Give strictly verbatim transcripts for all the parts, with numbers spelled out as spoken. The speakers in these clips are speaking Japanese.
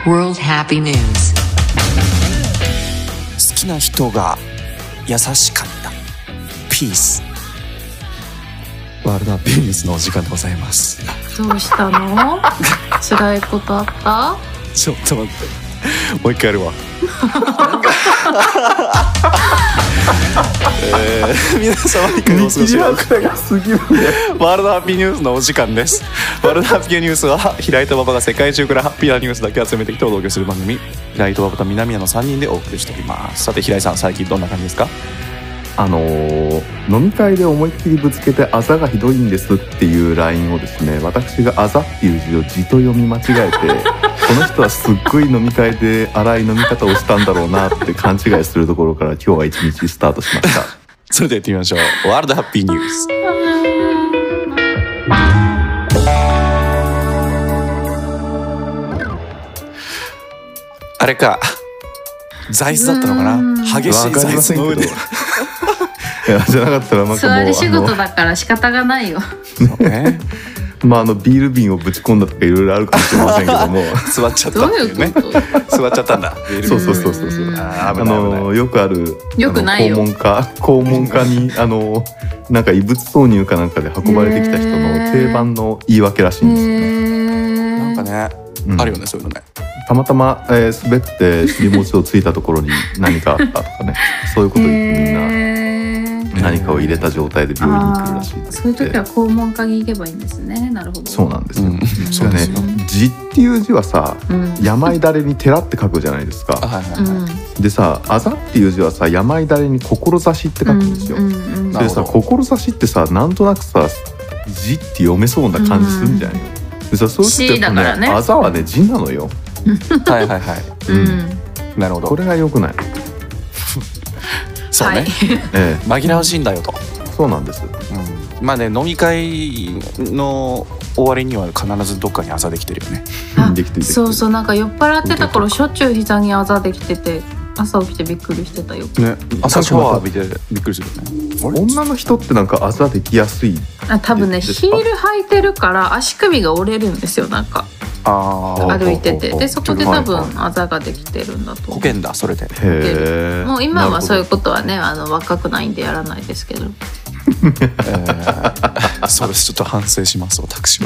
World Happy News。 好きな人が優しかったピース。ワールドハッピーニュースのお時間でございます。 どうしたの？辛いことあった？ ちょっと待って、もう一回やるわ。えー、皆様いかがお過ごしですか？ワールドハッピーニュースのお時間です。ワールドハッピーニュースは平井と馬場が世界中からハッピーなニュースだけ集めてきてお届けする番組。平井と馬場と南谷のさんにんでお送りしております。さて平井さん、最近どんな感じですか？ あのー、飲み会で思いっきりぶつけてあざがひどいんですっていう ライン をですね、私があざっていう字を字と読み間違えてこの人はすっごい飲み会で荒い飲み方をしたんだろうなって勘違いするところから今日は一日スタートしました。 それではやってみましょう。ワールドハッピーニュース。あれか、座椅子だったのかな。激しい座椅子の上で。 いやじゃなかったらなんかもう座り仕事だから仕方がないよ。 そうね。 まああのビール瓶をぶち込んだとかいろいろあるかもしれませんけども座っちゃったっていうね。 どういうこ座っちゃったんだ。 そうそうそうそうそう。 ああのよくあるよくないよ。 肛門科肛門科にあのなんか異物挿入かなんかで運ばれてきた人の定番の言い訳らしいんですよね。 なんかね、 うんあるよね、そういうのね。 たまたま、えー、滑って尻餅をついたところに何かあったとかね、そういうこと言ってみんな何かを入れた状態で病院に来るらしいです。 そういう時は肛門科に行けばいいんですね。なるほど。 そうなんですよ。 うんそれね、字っていう字はさ、 うん病だれに寺って書くじゃないですか。 はいはいはい。 うんでさ、あざっていう字はさ、病だれに志って書くんですよ。 うんうんうんそれさ、 なるほ志ってさ、なんとなくさ字って読めそうな感じするんじゃないの。でさ、そうすると詩だからねあざはね字なのよ。 はいはいはい。 うんなるほど。 これが良くない。 そうね、 はいえ紛らわしいんだよと。 え、そうなんです。 うん、まあね、飲み会の終わりには必ずどっかにあざできてるよね。 あできてるできてるそうそう、なんか酔っ払ってた頃しょっちゅう膝にあざできてて、朝起きてびっくりしてたよ。 ね、朝シャワー浴びてびっくりするよね。あれ女の人ってなんかあざできやすい。 あ、多分ねですかヒール履いてるから足首が折れるんですよ。なんかああ、 歩いてて、 ほうほうほうでそこで多はい分あざができてるんだと思う。 保険だそれで。 へえ。 もう今はそういうと。 ことはね、あの若くないんでやらないですけど。 えー、そうです。ちょっと反省します私は。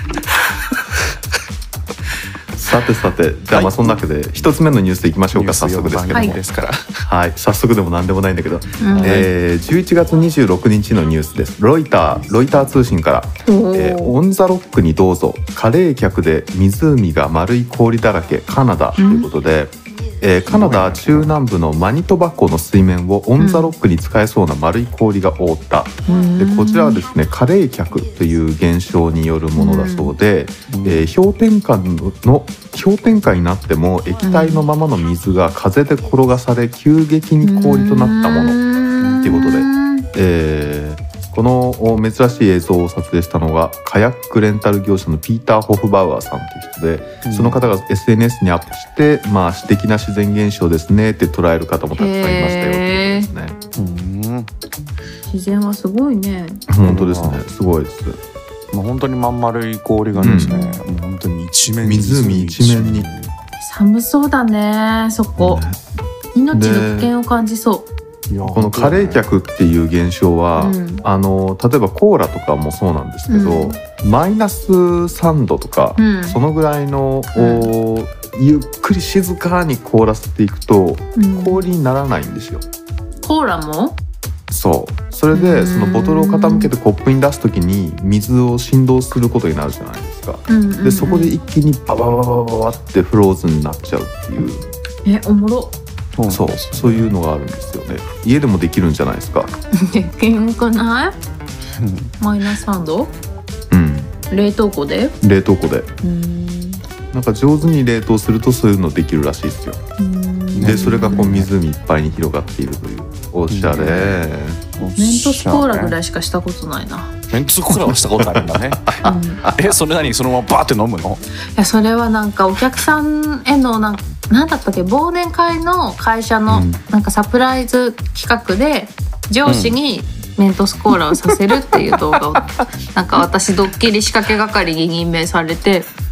さてさて、じゃあまあそんなわけで一つ目のニュースでいきましょうか。早速ですけども、 ニュース読む番組ですから。 はい、早速でも何でもないんだけど、 うんえー、じゅういちがつにじゅうろくにちのニュースです。ロイターロイター通信から、 おーえーオン・ザ・ロックにどうぞ、カレー客で湖が丸い氷だらけカナダということで、えーカナダ中南部のマニトバ湖の水面をオン・ザ・ロックに使えそうな丸い氷が覆った。でこちらはですね、カレー客という現象によるものだそうで、えー氷点下の氷点下になっても液体のままの水が風で転がされ急激に氷となったものっていうことで、えーこの珍しい映像を撮影したのがカヤックレンタル業者のピーター・ホフバウアーさんという人で、 うんその方が エスエヌエス にアップして、まあ詩的な自然現象ですねって捉える方もたくさんいましたよっていうことですね。 うん、 自然はすごいね。 本当ですね、すごいです。 もう本当にまん丸い氷がですね、もう本当に一面湖一面に寒そうだねそこ。命の危険を感じそいやこのカレー客っていう現象は、 うんあの例えばコーラとかもそうなんですけど、マイナスさんどとか、 うんそのぐらいの、おゆっくり静かに凍らせていくとう、うん氷にならないんですよ。 コーラもそうそれでうんそのボトルを傾けてコップに出す時に水を振動することになるじゃないですか。 うんうんうんでそこで一気にババババババってフローズンになっちゃうっていう、 えおもろ。 そうそういうのがあるんですよね。家でもできるんじゃないですか。 できんくない？マイナスさんどうん冷凍庫で？ 冷凍庫でうーんなんか上手に冷凍するとそういうのできるらしいですよ。 うーんでそれがこう湖いっぱいに広がっているという。おしゃれ。 メントスコーラぐらいしかしたことないな。 メントスコーラはしたことあるんだね。 うん、いえ、それ何そのままバーって飲むの？ やそれはなんかお客さんへのなんなんだったっけ、忘年会の会社のうんなんかサプライズ企画で上司にメントスコーラをさせるっていう動画をなんか私ドッキリ仕掛け係に任命されて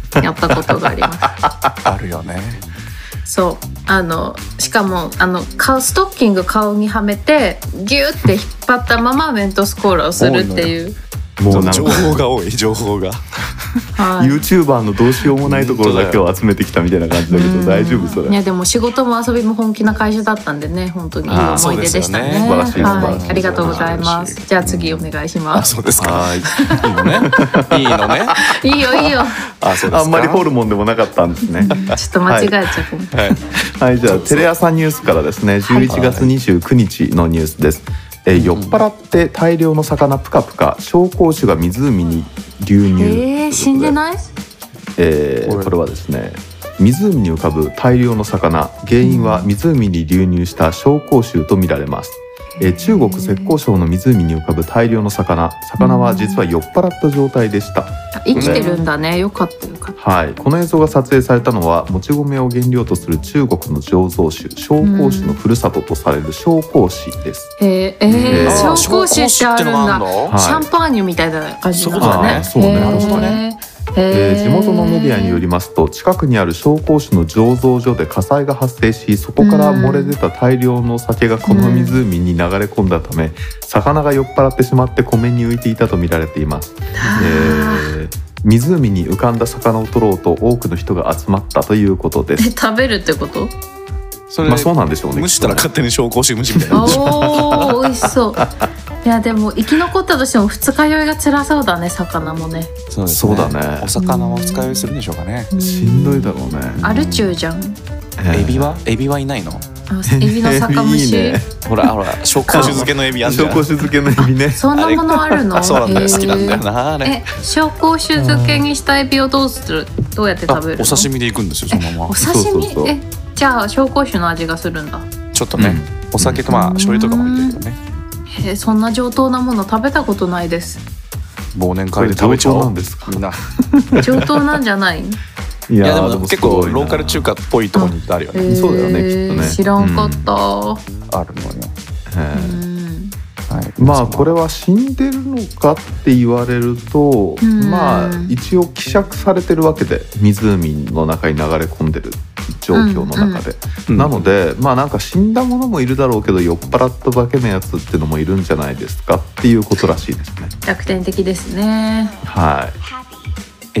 やったことがあります。 あるよね。 そうあのしかもあの顔ストッキング顔にはめてギューって引っ張ったままメントスコーラをするっていう。 もうなんか情報が多い情報が、 はい、 YouTuber のどうしようもないところだけを集めてきたみたいな感じだけど大丈夫それ？ いやでも仕事も遊びも本気な会社だったんでね、本当にいい思い出でしたね。 素晴らしい、 はい、ありがとうございます。じゃあ次お願いします。 あ、そうですか。 はい、 いいのね。いいのね。 いいよいいよ。 あ、そうですか。 あんまりホルモンでもなかったんですね。 ちょっと間違えちゃう。 はい、 はい、じゃあテレ朝ニュースからですね、じゅういちがつにじゅうくにちのニュースです。えー、酔っ払って大量の魚プカプカ、紹興酒が湖に流入。 えー、死んでない？ えー、これはですね、湖に浮かぶ大量の魚、原因は湖に流入した紹興酒とみられます。えー、中国浙江省の湖に浮かぶ大量の魚、魚は実は酔っ払った状態でした。 生きてるんだね。よかったよかった。 はい、この映像が撮影されたのはもち米を原料とする中国の醸造酒、紹興酒のふるさととされる紹興市です。 えー、えーえー紹興酒ってあるんだ。 はい、 シャンパーニュみたいな感じなんだね。 そうね。 なるほどね。 えー、地元のメディアによりますと、近くにある紹興酒の醸造所で火災が発生し、そこから漏れ出た大量の酒がこの湖に流れ込んだため、魚が酔っ払ってしまって湖面に浮いていたと見られています。えー、湖に浮かんだ魚を取ろうと多くの人が集まったということです。 食べるってこと？ それまあそうなんでしょうね。 蒸したら勝手に紹興酒蒸しみたいな。 おお、美味しそう。いやでも生き残ったとしても二日酔いが辛そうだね、魚もね。 そうですね。そうだね。 お魚は二日酔いするんでしょうかね。 しんどいだろうね。 アルチューじゃん。 エビはエビはいないの？ エビの酒蒸し。 いいね、ほらほら紹興酒漬けのエビあるじゃん。 紹興酒漬けのエビね。 そんなものあるの？ あ、そうなんだよ。好きなんだよなあれ。 え、紹興酒漬けにしたエビをどうする？どうやって食べるの？ お刺身でいくんですよ、そのまま。 お刺身？ そうそうそう。 え、じゃあ紹興酒の味がするんだ。 ちょっとね、うん、お酒とまあ醤油とかも入ってるけどね。 えー、そんな上等なもの食べたことないです。 忘年会で食べちゃおう。 なんですか？みんな上等なんじゃない？ いやでも結構ローカル中華っぽいところにあるよね。 えー、 そうだよね、きっとね。 知らんかった。うん、 あるのよ。 はい、まあこれは死んでるのかって言われると、まあ一応希釈されてるわけで、湖の中に流れ込んでる状況の中で、うんうん、なのでまあなんか死んだものもいるだろうけど、酔っ払っただけのやつっていうのもいるんじゃないですかっていうことらしいですね。 楽天的ですね。 はい。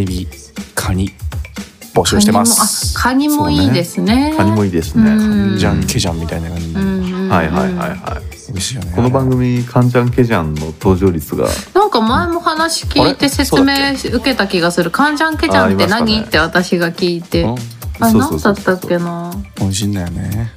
エビ、カニ募集してます。 カニもいいですね。 カニもいいですね。 カンジャンケジャンみたいな感じで、 はいはいはいはい。 美味しいよね。 この番組カンジャンケジャンの登場率がなんか前も話聞いて説明受けた気がする。カンジャンケジャンって何って私が聞いて、あ、何だったっけな。 美味しいんだよね。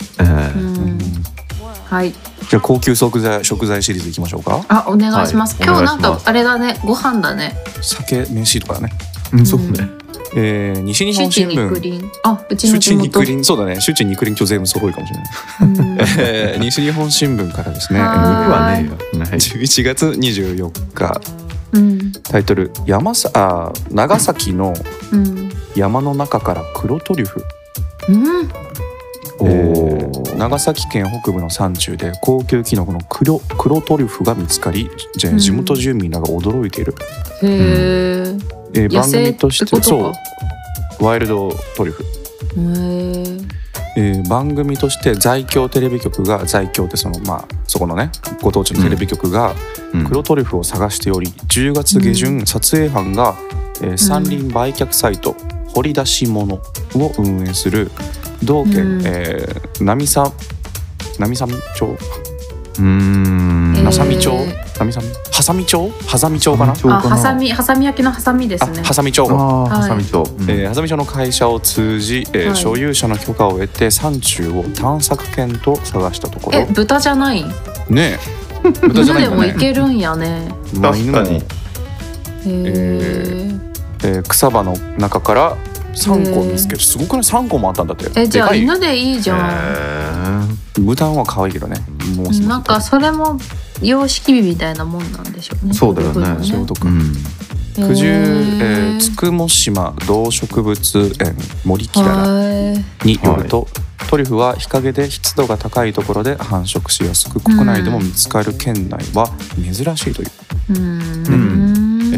はい。 じゃあ高級食材食材シリーズいきましょうか。 あ、お願いします。今日なんかあれだね、ご飯だね。 酒飯とかね。 うん、そうね。 えー、西日本新聞。 あ、うちの地元。 そうだね。周知肉林今日全部揃いかもしれない。えー、西日本新聞からですね。 はね、じゅういちがつにじゅうよっか、 うん、 タイトル山さあ長崎の山の中から黒トリュフ。 うん、 えー、長崎県北部の山中で高級キノコの 黒, 黒トリュフが見つかり、地元住民らが驚いている。 うん、へー、 えー、番組としてそうワイルドトリュフ。 へえー、番組として在京テレビ局が在京ってそのまあそこのねご当地のテレビ局が黒トリュフを探しており、じゅうがつげじゅん撮影班が、えー、山林売却サイト掘り出し物を運営する同県、うん、えー、南さ南三町うーんなさみ町なさみはさみ町はさみ町かな。 あ、はさみはさみ焼きのはさみですね。 はさみ町はさみ町、 えー、はさみ町の会社を通じ、えーはい、所有者の許可を得て山中を探索犬と探したところ、 え、豚じゃないねえ豚じゃないんだね。 犬でもいけるんやね。 まあ、犬も、 へえーえー、草場の中からさんこ見つける。すごくない？さんこもあったんだって。 え、じゃあ犬でいいじゃん。 豚は可愛いけどね。もうなんかそれも様式美みたいなもんなんでしょうね。 そうだよね。 消毒。九十、えー、つくも島動植物園森きららによると、トリュフは日陰で湿度が高いところで繁殖しやすく、国内でも見つかる県内は珍しいという。 うん、 ね、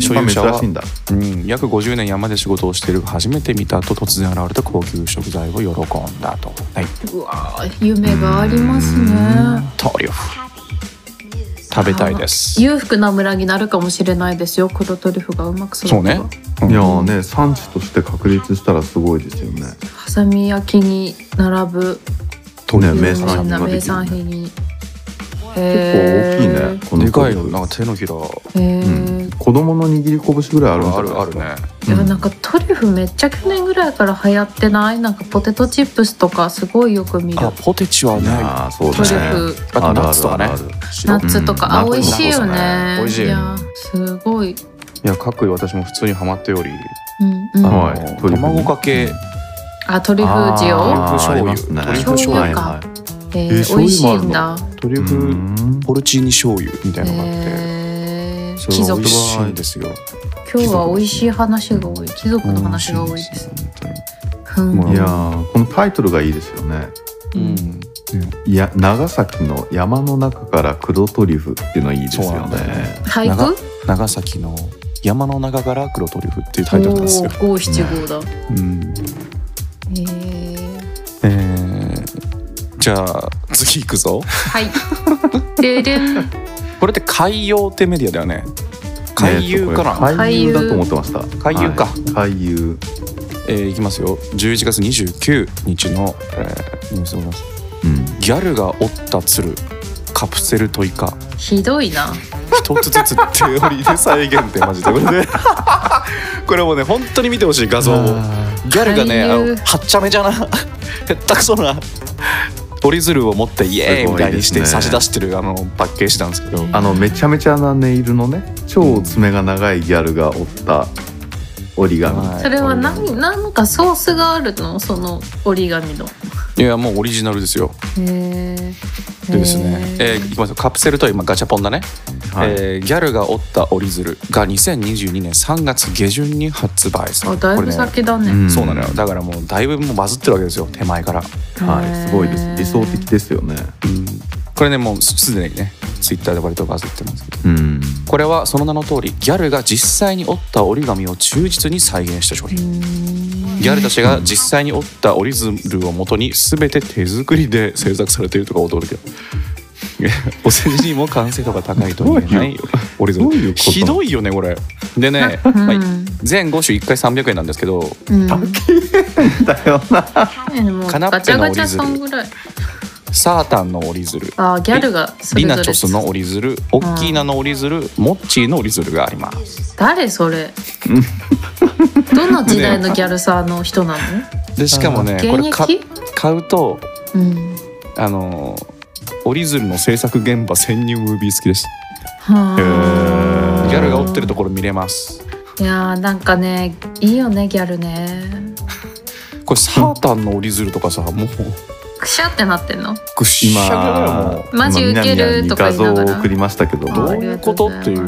所有者は、 珍しいんだ、 うん、約ごじゅうねん山で仕事をしているが初めて見たと突然現れた高級食材を喜んだと、はい、 うわ夢がありますね。 トリュフ食べたいです。 裕福な村になるかもしれないですよ、黒トリュフがうまく育てば。 そうね、 うん、いやーね産地として確立したらすごいですよね。 ハサミ焼きに並ぶね名産品ができる、ね、 名産品に結構大きいねこのでかいの、なんか手のひら、 へー、 うん、子供の握り拳ぐらいあるんじゃないですか。 あるあるね。 いやなんかトリュフめっちゃ去年ぐらいから流行ってない？なんかポテトチップスとかすごいよく見る。 あポテチはね、 あそうだね、 トリュフ、 あとナッツとかね、 あるあるあるナッツとか、 うんあ美味しいよね。 美味しい。 いやすごい。 いや各位私も普通にハマっており、 うんうん、 はいあの卵かけあトリュフ塩、 あートリュフ醤油、 ありますねトリュフ醤油、 醤油かはいはいえーえー美味しいんだ。 トリュフポルチーニ醤油みたいなのがあって、 えー、 それが美味しいんですよ。 今日は美味しい話が多い。貴族の話が多いです。うんもういやーこのタイトルがいいですよね。 うんいや長崎の山の中から黒トリュフっていうのいいですよそうなんだよねね。 俳長句？ 長崎の山の中から黒トリュフっていうタイトルなんですよ。 五七五だ。 うんえー、 えー、じゃあ次行くぞ。 はい。ででん。 これって海洋ってメディアだよね。海遊かな、 ね、海遊だと思ってました。 海遊か、 はい、海遊、 えー、いきますよ。じゅういちがつにじゅうくにちの、えー、ニュースを見ます、 うん、 ギャルが折った鶴カプセルトイ化。 ひどいな。 一つずつテオリーで再現ってマジでこれねこれもね本当に見てほしい画像を。ギャルがねあのはっちゃめじゃなへったくそな折り鶴を持ってイエーイみたいにして差し出してるあのパッケージなんですけど、 あのめちゃめちゃなネイルのね超爪が長いギャルが折った折り紙、 はいそれは何なんかソースがあるの？その折り紙の。 いやもうオリジナルですよ。 へーでですね、えー、いきますよ。カプセルトイ、まあ、ガチャポンだね、 はいえー、ギャルが折った折り鶴がにせんにじゅうにねんさんがつげじゅんに発売されあだいぶ先だね。 うんそうなのよ。だからもうだいぶもうバズってるわけですよ手前から、 はい、すごいです。理想的ですよね。 うんこれねもうすでにねツイッターで割とバズってますけど、 うん、 これはその名の通りギャルが実際に折った折り紙を忠実に再現した商品。ギャルたちが実際に折った折り鶴を元に全て手作りで制作されているとか驚きだ。お世辞にも完成度が高いと言えない折り鶴。ひどいよねこれ。でね、 うんはい、全ご種いっかいさんびゃくえんなんですけど、 うん、 だよな。 えでもカナッガチャガチャペの折り鶴さんぐらい。 サータンの折り鶴、 あギャルがそれリぞれナチョスの折り鶴、オッキーナの折り鶴、モッチーの折り鶴があります。 誰それ？どの時代のギャルサーの人なの？ でしかもねこれか現役？ 買うとうん。 あの折り鶴の制作現場潜入ムービー付きです。 はあ。 ギャルが折ってるところ見れます。 いやーなんかねいいよねギャルね。 これサータンの折り鶴とかさもうくしゃってなってんの？ ぐっしゃぐらいもうマジウケるとか言いながら画像を送りましたけどども、 ういうことっていう。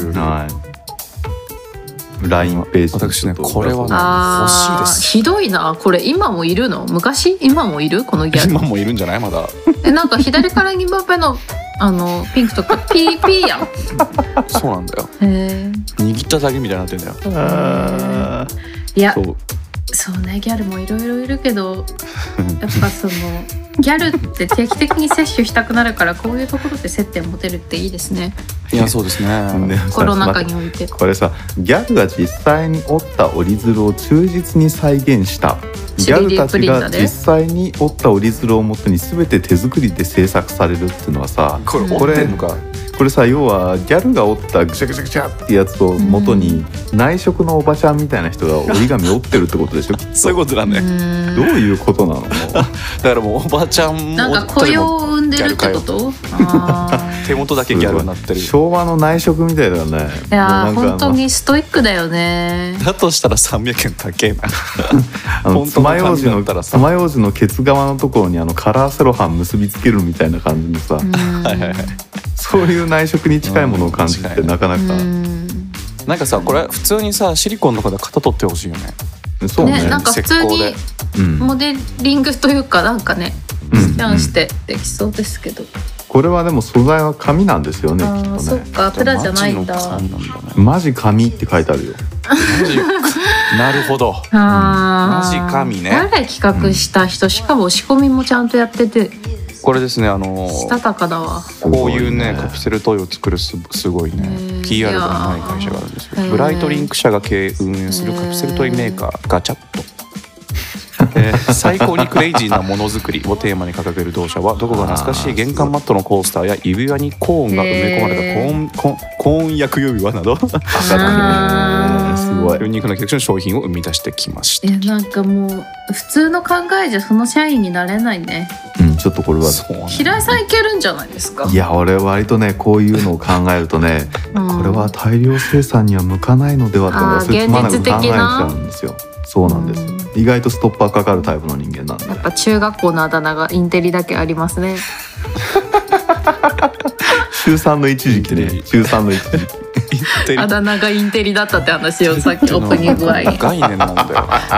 はい、ライン ページ私ねこれはねあ欲しいです。 ひどいなこれ。今もいるの？昔今もいるこのギャル？ 今もいるんじゃないまだ。 えなんか左からにばんめのあのピンクとかピーピーやん。 そうなんだよ。 へ握っただけみたいになってんだよ。 え。いやそうそうねギャルもいろいろいるけどやっぱそのギャルって定期的に摂取したくなるからこういうところで接点持てるっていいですね。 いやそうですね。 ねコロナ禍においてこれさギャルが実際に折った折り鶴を忠実に再現したギャルたちが実際に折った折り鶴をもとに全て手作りで制作されるっていうのはさ、 これうん折ってんのか。 これさ要はギャルが折ったぐしゃぐしゃぐしゃってやつを元に内職のおばちゃんみたいな人が折り紙折ってるってことでしょそういうことだね。 うんどういうことなの？もうだからもうおばちゃんもなんか雇用を生んでるってこと？あ手元だけギャルになってる。 昭和の内職みたいだよね。 ーいやーもうなんか本当にストイックだよね。 だとしたらさんびゃくえん高えな。 あの本当の爪楊感じ枝のだったらさ爪楊枝のケツ側のところにあのカラーセロハン結びつけるみたいな感じのさ、 うんはいはいはい。 そういう内職に近いものを感じてうんなかなか、 うんなんかさこれ普通にさシリコンとかで型取ってほしいよね。 そうねねなんか普通に石膏うん、 モデリングというかなんかねうんスキャンしてできそうですけど、 ここれはでも素材は紙なんですよね。 あきっとね。 そっかプラじゃないんだ。 マジの紙なんだね。 マジ紙って書いてあるよ。 マジなるほど。 あマジ紙ね。 誰企画した人、しかも仕込みもちゃんとやっててこれですね、あのしたたかだわ。 こういうねカプセルトイを作るすすごいね ピーアール がうまい会社があるんですよ。ブライトリンク社が経営運営するカプセルトイメーカーガチャット。えー、最高にクレイジーなものづくりをテーマに掲げる同社は、どこか懐かしい玄関マットのコースターや指輪にコーンが埋め込まれたコーン、コーン、コーン薬指輪などすごいユニークな企画の商品を生み出してきました。 いやなんかもう普通の考えじゃその社員になれないね。 うん、ちょっとこれは平井さんいけるんじゃないですか。 いや俺割とねこういうのを考えるとね、うん、これは大量生産には向かないのではって忘れつまなく考えちゃうんですよ。そうなんです、うん、意外とストッパーかかるタイプの人間なんで。 やっぱ中学校のあだ名がインテリだけありますね。 中さんの一時期ね、中さんの一時期あだ名がインテリだったって話をさっきオープニングは概念なんだよ。は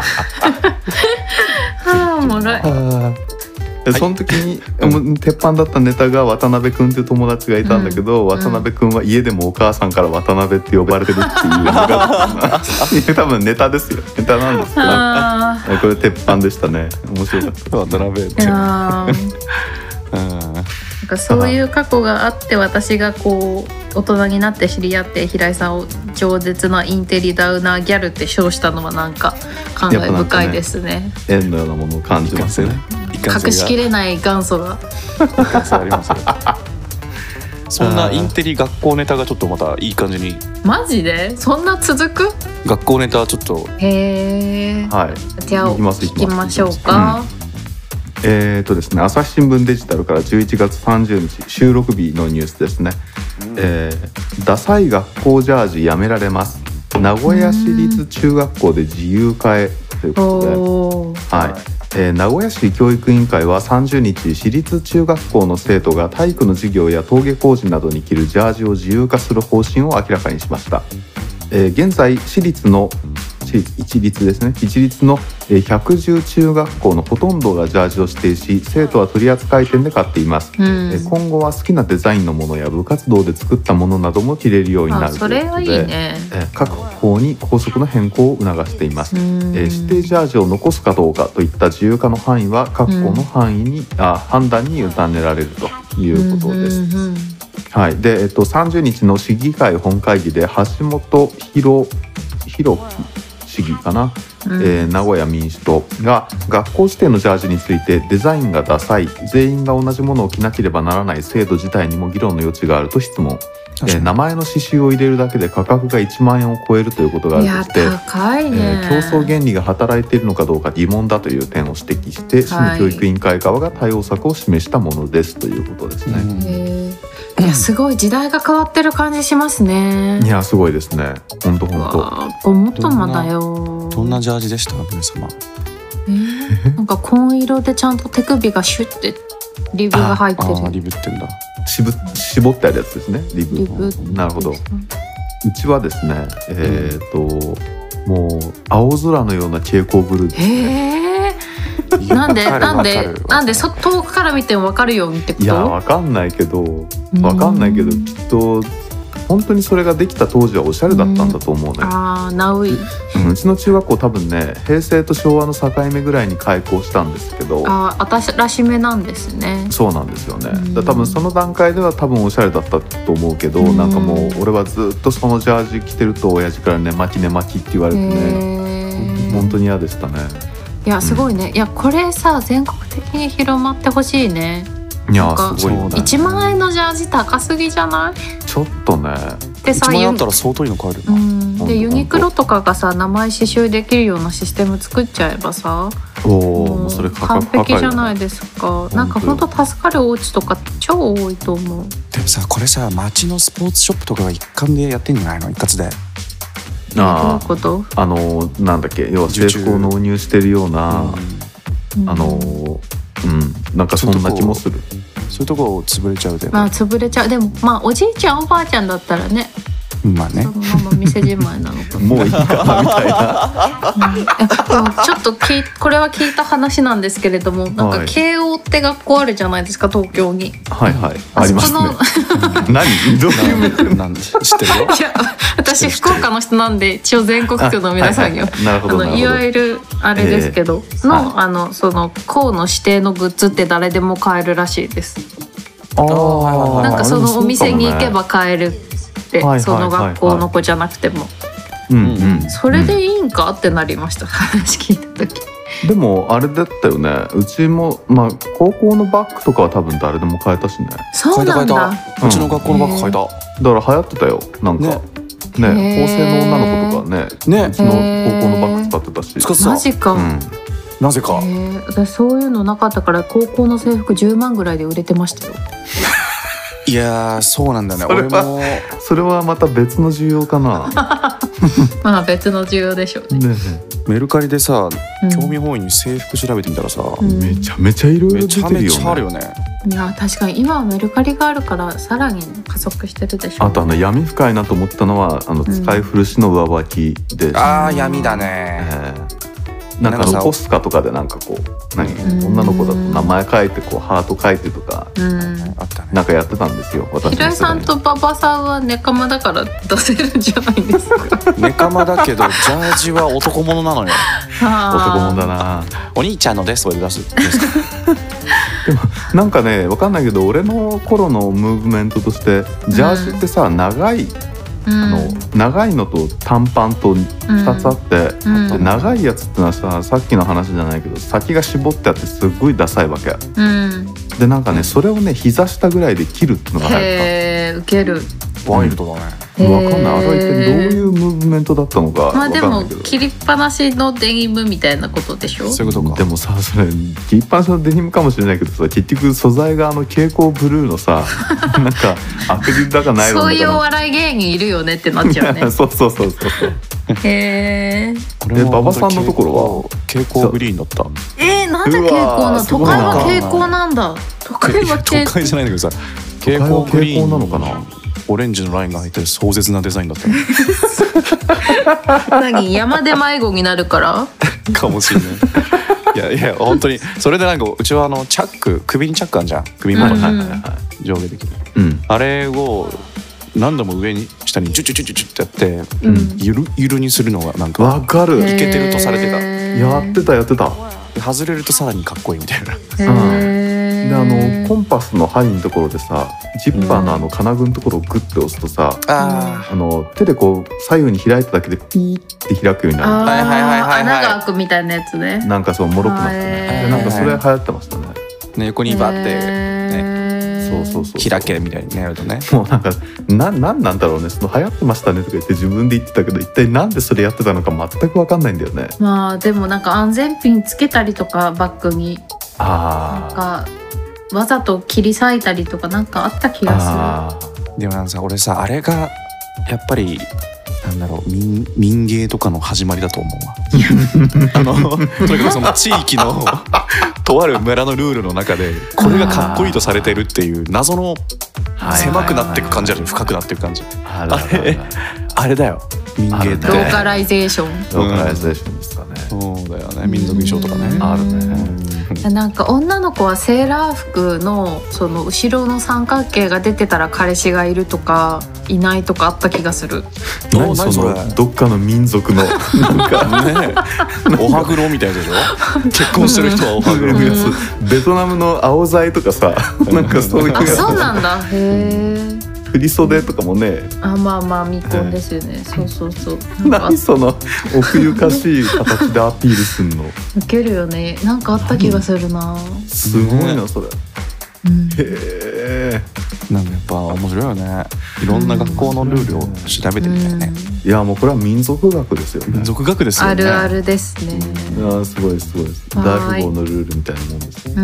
あおもろい。 その時に、はい、鉄板だったネタが渡辺くんっていう友達がいたんだけど、うん、渡辺くんは家でもお母さんから渡辺って呼ばれてるっていうのが多分ネタですよ。ネタなんですけどこれ鉄板でしたね。面白かった。 渡辺ってなんかそういう過去があって私がこう大人になって知り合って平井さんを饒舌なインテリダウナーギャルって称したのはなんか感慨深いですね。 ね縁のようなものを感じますよね。 隠しきれない元祖がありますよ。そんなインテリ学校ネタがちょっとまたいい感じに。 マジでそんな続く学校ネタちょっと。 へえ、 はい、 じゃあ聞きましょうか。 うん、えーとですね、朝日新聞デジタルからじゅういちがつさんじゅうにち収録日のニュースですね。うんえー、ダサい学校ジャージやめられます。名古屋市立中学校で自由化へということで、はいえー、名古屋市教育委員会はさんじゅうにち市立中学校の生徒が体育の授業や登下校時などに着るジャージを自由化する方針を明らかにしました。えー、現在市立の一律ですね一律のひゃくじゅう中学校のほとんどがジャージを指定し生徒は取扱店で買っています、うん、今後は好きなデザインのものや部活動で作ったものなども着れるようになるということで、それはいいね、各校に校則の変更を促しています、うん、指定ジャージを残すかどうかといった自由化の範囲は各校の範囲に、うん、あ判断に委ねられるということです、うんうんうんはいでえっと、さんじゅうにちの市議会本会議で橋本博樹市議かな、うんえー、名古屋民主党が学校指定のジャージについてデザインがダサい全員が同じものを着なければならない制度自体にも議論の余地があると質問、えー、名前の刺繍を入れるだけで価格がいちまんえんを超えるということがあるとして、 いや高いね、 えー、競争原理が働いているのかどうか疑問だという点を指摘して市の教育委員会側が対応策を示したものですということですね、うん、 へいやすごい時代が変わってる感じしますね。 いやすごいですね。本当本当。 ごもっともだよ。 どんなジャージでした皆様。 えー、なんか紺色でちゃんと手首がシュッてリブが入ってる。 ああリブってんだ。 絞絞ってあるやつですね。リブ。リブなるほど。うちはですね、えー、っともう青空のような蛍光ブルーですね。 えーなんでなんでなんでそ遠くから見ても分かるようにってこと？ いや分かんないけど分かんないけどきっと本当にそれができた当時はおしゃれだったんだと思うね。 ああナウイ、 うん、うちの中学校多分ね平成と昭和の境目ぐらいに開校したんですけど、 ああ新しめなんですね。 そうなんですよね。だ多分その段階では多分おしゃれだったと思うけど、なんかもう俺はずっとそのジャージ着てると親父からね巻きね巻きって言われてね本当に嫌でしたね。 いやすごいね、うん、いやこれさ全国的に広まってほしいね。 いやすごいね。 いちまんえんのジャージ高すぎじゃない？ ちょっとね。 でさいちまんえんあったら相当いいの買えるな、 うん、でユニクロとかがさ名前刺繍できるようなシステム作っちゃえばさおおそれ価格完璧じゃないですか。なんかほんと助かるお家とか超多いと思う。 でもさこれさ街のスポーツショップとかが一貫でやってんじゃないの一括で。 あどういうこと？ あのなんだっけ要は制服を納入してるような、うん、あのうんなんかそんな気もする。 そういうとこ潰れちゃうで。 まあ潰れちゃう。でもまあおじいちゃんおばあちゃんだったらねまあね、 そのまま店じまいなのかもういいかみたいな、 うん、でもちょっときこれは聞いた話なんですけれども、なんか慶応って学校あるじゃないですか、東京に。 はいはい、ありますね。何どういうなんで知ってるよ。 いや私福岡の人なんで一応全国区の皆さんには、 はいはい、なるほどなるほど。 いわゆるあれですけど、えー、の、はい、あのその校の指定のグッズって誰でも買えるらしいです。 ああ、なんかそのお店に行けば買えるって、はい、その学校の子じゃなくても、 うんうん、 それでいいんかってなりました、話聞いた時。 でもあれだったよね、うちも、まあ、高校のバッグとかは多分誰でも買えたしね。 そうなんだ。 うちの学校のバッグ買えた。 だから流行ってたよ、なんかね、ね、法政の女の子とかね、ね、うちの高校のバッグ使ってたし。 使ってた。 マジか、うん、 なぜか。 私そういうのなかったから高校の制服じゅうまんぐらいで売れてましたよ。 いやー、そうなんだね。 俺もそれはまた別の需要かな。 まあ別の需要でしょうね。ね、 メルカリでさ、興味本位に制服調べてみたらさ、 うん、めちゃめちゃいろいろ出てるよね。 めちゃめちゃあるよね。 いや確かに今はメルカリがあるからさらに加速してるでしょう、ね。 あとあの闇深いなと思ったのはあの使い古しの上履きで、うん、 ああ闇だね、 えーなんかポスカとかでなんかこう何女の子だと名前書いてこうハート書いてとかあったね、なんかやってたんですよ。私平井さんと馬場さんはネカマだから出せるんじゃないですか。 ネカマだけどジャージは男物なのよ。 男物だな。 お兄ちゃんのですそれで出す。 でもなんかね分かんないけど俺の頃のムーブメントとしてジャージってさ、うん、長いあの長いのと短パンとふたつあって、うん、で長いやつってのはさ、さっきの話じゃないけど先が絞ってあってすっごいダサいわけ、うん、でなんかねそれをね膝下ぐらいで切るっていうのが流行った。 へー、ウケる。 ワイルドだね。 分かんない、あれは一体どういうムーブメントだったのか分かんないけど、まあでも切りっぱなしのデニムみたいなことでしょ。 そういうことか。 でもさそれ切りっぱなしのデニムかもしれないけどさ、結局素材があの蛍光ブルーのさなんかアクリルだかナイロンだかそういうお笑い芸人いるよねってなっちゃうね。 そうそうそうそうへえ。 で馬場さんのところは蛍光グリーンだった。 えー、なんで蛍光なの。都会は蛍光なんだ。都会は蛍光。 都会じゃないんだけどさ、蛍光グリーンなのかな。オレンジのラインが入ってる壮絶なデザインだった。 何山で迷子になるからかもしれない。いやいや本当にそれでなんかうちはあのチャック、首にチャックあんじゃん、首まで、うん、上下できる、うん、あれを何度も上に下にチュチュチュチュチュってやって、うん、ゆるゆるにするのがなんかわかる、 いけてるとされてた。 やってたやってた。 外れるとさらにかっこいいみたいな。 であのコンパスの針のところでさ、ジッパーのあの金具のところをグッて押すとさ、うん、あの手でこう左右に開いただけでピーって開くようになる。 穴が開くみたいなやつね。 なんかそうもろくなってね。でなんかそれ流行ってましたね。 ね、横にバッてね、 そうそうそう開けみたいになるとね。 もうなんかななんなんだろうね、その流行ってましたねとか言って自分で言ってたけど、一体なんでそれやってたのか全く分かんないんだよね。 まあでもなんか安全ピンつけたりとかバッグに、あなんかわざと切り裂いたりとかなんかあった気がする。でもなんかさ、俺さあれがやっぱりなんだろう、民, 民芸とかの始まりだと思うわ。あのとにかくその地域のとある村のルールの中でこれがかっこいいとされてるっていう謎の狭くなっていく感じある、深くなっていく感じ。あれあれだよ民芸って。 ローカライゼーション。 ローカライゼーションですかね。 そうだよね、民族衣装とかねあるね。 なんか女の子はセーラー服のその後ろの三角形が出てたら彼氏がいるとかいないとかあった気がする。 何そのどっかの民族のなんかねおはぐろみたいでしょ。結婚してる人はおはぐろのやつ。 ベトナムの青材とかさ、なんかそういうあ、そうなんだ。へえ。 振袖とかもね。 あ、まあまあ未婚ですよね。そうそうそう。 何その奥ゆかしい形でアピールすんの。 ウケるよね。なんかあった気がするな。 すごいなそれ。うん、へえ。 なんかやっぱ面白いよね。いろんな学校のルールを調べてみたいね。 いやもうこれは民族学ですよね。 民族学ですよね。 あるあるですね。 いやすごいすごいです。大富豪のルールみたいなもんですね。うん、